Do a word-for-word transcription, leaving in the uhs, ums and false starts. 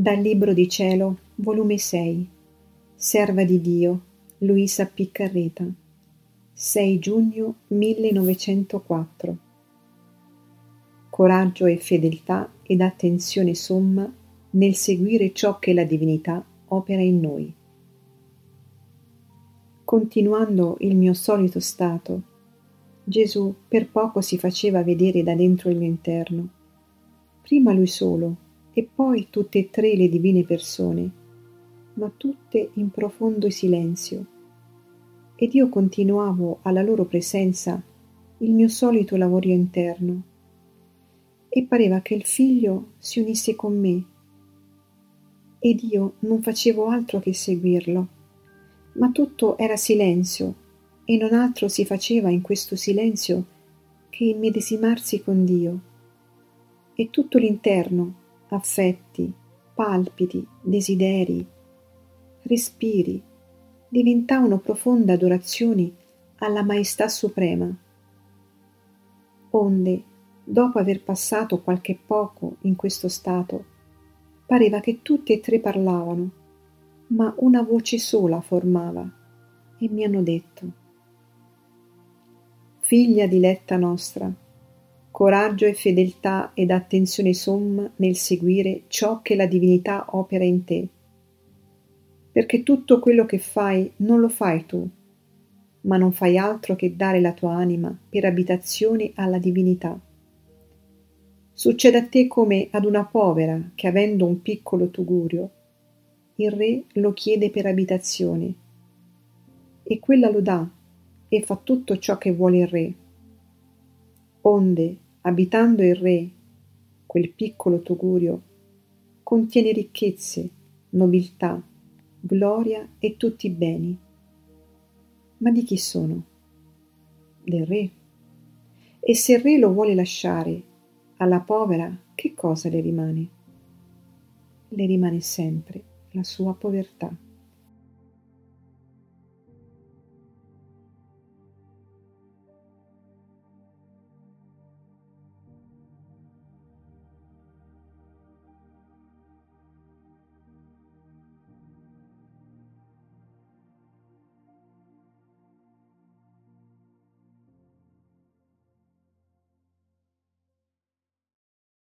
Dal Libro di Cielo, volume sei, Serva di Dio, Luisa Piccarreta, sei giugno millenovecentoquattro. Coraggio e fedeltà ed attenzione somma nel seguire ciò che la divinità opera in noi. Continuando il mio solito stato, Gesù per poco si faceva vedere da dentro il mio interno. Prima lui solo, e poi tutte e tre le divine persone, ma tutte in profondo silenzio. Ed io continuavo alla loro presenza il mio solito lavorio interno. E pareva che il Figlio si unisse con me, ed io non facevo altro che seguirlo. Ma tutto era silenzio, e non altro si faceva in questo silenzio che immedesimarsi con Dio. E tutto l'interno, affetti, palpiti, desideri, respiri, diventavano profonde adorazioni alla Maestà Suprema. Onde, dopo aver passato qualche poco in questo stato, pareva che tutti e tre parlavano, ma una voce sola formava, e mi hanno detto: Figlia diletta nostra, coraggio e fedeltà ed attenzione somma nel seguire ciò che la divinità opera in te, perché tutto quello che fai non lo fai tu, ma non fai altro che dare la tua anima per abitazione alla divinità. Succede a te come ad una povera che, avendo un piccolo tugurio, il re lo chiede per abitazione, e quella lo dà e fa tutto ciò che vuole il re. Onde, abitando il re, quel piccolo tugurio contiene ricchezze, nobiltà, gloria e tutti i beni. Ma di chi sono? Del re. E se il re lo vuole lasciare, alla povera che cosa le rimane? Le rimane sempre la sua povertà.